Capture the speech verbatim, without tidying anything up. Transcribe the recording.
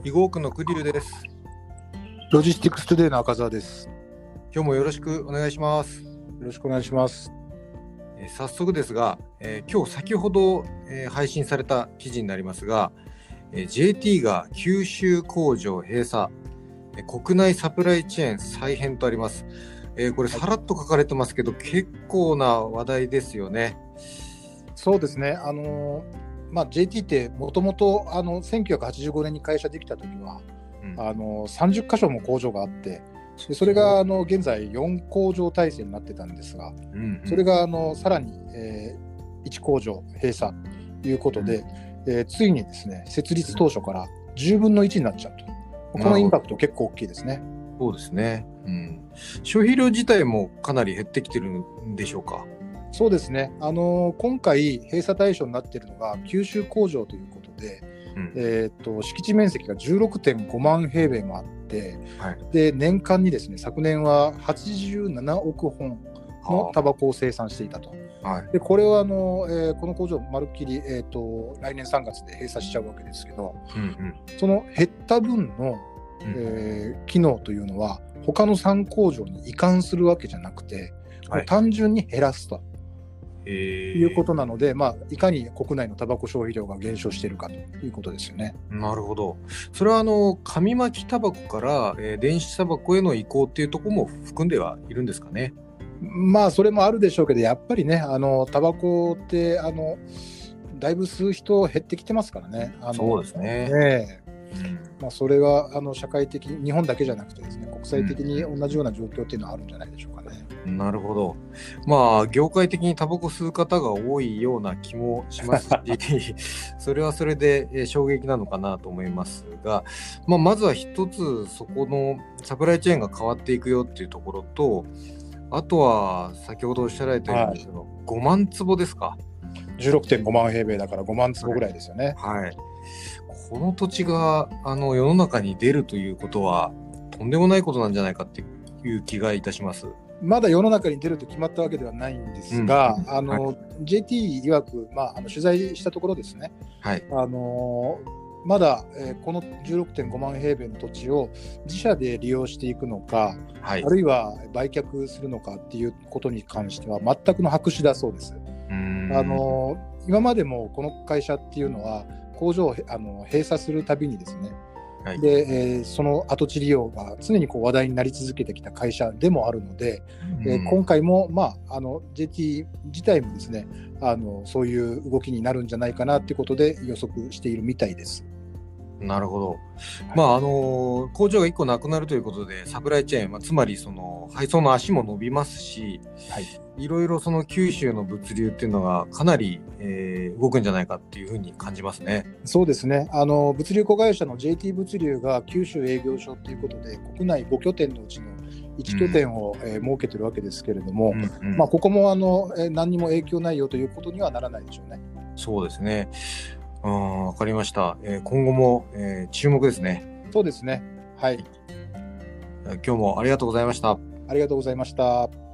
囲碁区のクリルです。 ロジスティックストゥデイの赤澤です。 今日もよろしくお願いします。よろしくお願いします。 えー、早速ですが、えー、今日先ほど、えー、配信された記事になりますが、えー、ジェーティー が九州工場閉鎖、えー、国内サプライチェーン再編とあります。えー、これさらっと書かれてますけど、結構な話題ですよね。 そうですね。あのーまあ、ジェーティー ってもともとあのせんきゅうひゃくはちじゅうごねんに会社できた時は、うん、あのさんじゅっかしょも工場があってでそれがあの現在よん工場体制になってたんですが、うんうん、それがあのさらに、えー、いち工場閉鎖ということで、うんえー、ついにですね設立当初からじゅうぶんのいちになっちゃうと、うん、このインパクト結構大きいですね。 そうですね、うん、消費量自体もかなり減ってきてるんでしょうか。 そうですね、あのー、今回閉鎖対象になっているのが九州工場ということで、うんえー、と敷地面積が じゅうろくてんごまん平米もあって、はい、で年間にですね昨年ははちじゅうななおくほんのタバコを生産していたと、はい、でこれはあの、えー、この工場まるっきり、えー、と来年さんがつで閉鎖しちゃうわけですけど、うんうん、その減った分の、えー、機能というのは他のさん工場に移管するわけじゃなくて、はい、単純に減らすということなので、まあ、いかに国内のタバコ消費量が減少しているかということですよね。 なるほど。それはあの紙巻きタバコから、えー、電子タバコへの移行っていうところも含んではいるんですかね。 まあそれもあるでしょうけど、やっぱりねあのタバコってあのだいぶ吸う人減ってきてますからね。あのそうですね。 ねうんまあ、それはあの社会的に日本だけじゃなくてですね国際的に同じような状況っていうのはあるんじゃないでしょうかね。 うん、なるほど。まあ業界的にタバコ吸う方が多いような気もしますしそれはそれで衝撃なのかなと思いますが、まあ、まずは一つそこのサプライチェーンが変わっていくよっていうところと、あとは先ほどおっしゃられたように、はい、ごまん坪ですか。 じゅうろくてんごまん平米だからごまん坪ぐらいですよね。 はい、はい、この土地があの世の中に出るということはとんでもないことなんじゃないかっていう気がいたします。 まだ世の中に出ると決まったわけではないんですが、うんあのはい、ジェーティー 曰く、まあ、あの取材したところですね、はい、あのまだ、えー、この じゅうろくてんごまん平米の土地を自社で利用していくのか、はい、あるいは売却するのかっていうことに関しては全くの白紙だそうです。うーんあの今までもこの会社っていうのは工場をあの閉鎖するたびにですね、はい、で、えー、その跡地利用が常にこう話題になり続けてきた会社でもあるので、うんえー、今回も、まあ、あの ジェーティー 自体もですねあのそういう動きになるんじゃないかなということで予測しているみたいです。 なるほど、はいまああの工場がいっこなくなるということでサプライチェーン、まあ、つまりその配送の足も伸びますし、はい、いろいろその九州の物流っていうのがかなり、えー、動くんじゃないかっていうふうに感じますね。 そうですね、あの物流子会社の ジェーティー 物流が九州営業所ということで国内ごきょてんのうちのいちきょてんを、うんえー、設けてるわけですけれども、うんうんまあ、ここもあの、えー、何にも影響ないよということにはならないでしょうね。 そうですね、うん、わかりました、えー、今後も、えー、注目ですね。 そうですね、はい。 今日もありがとうございました。 ありがとうございました。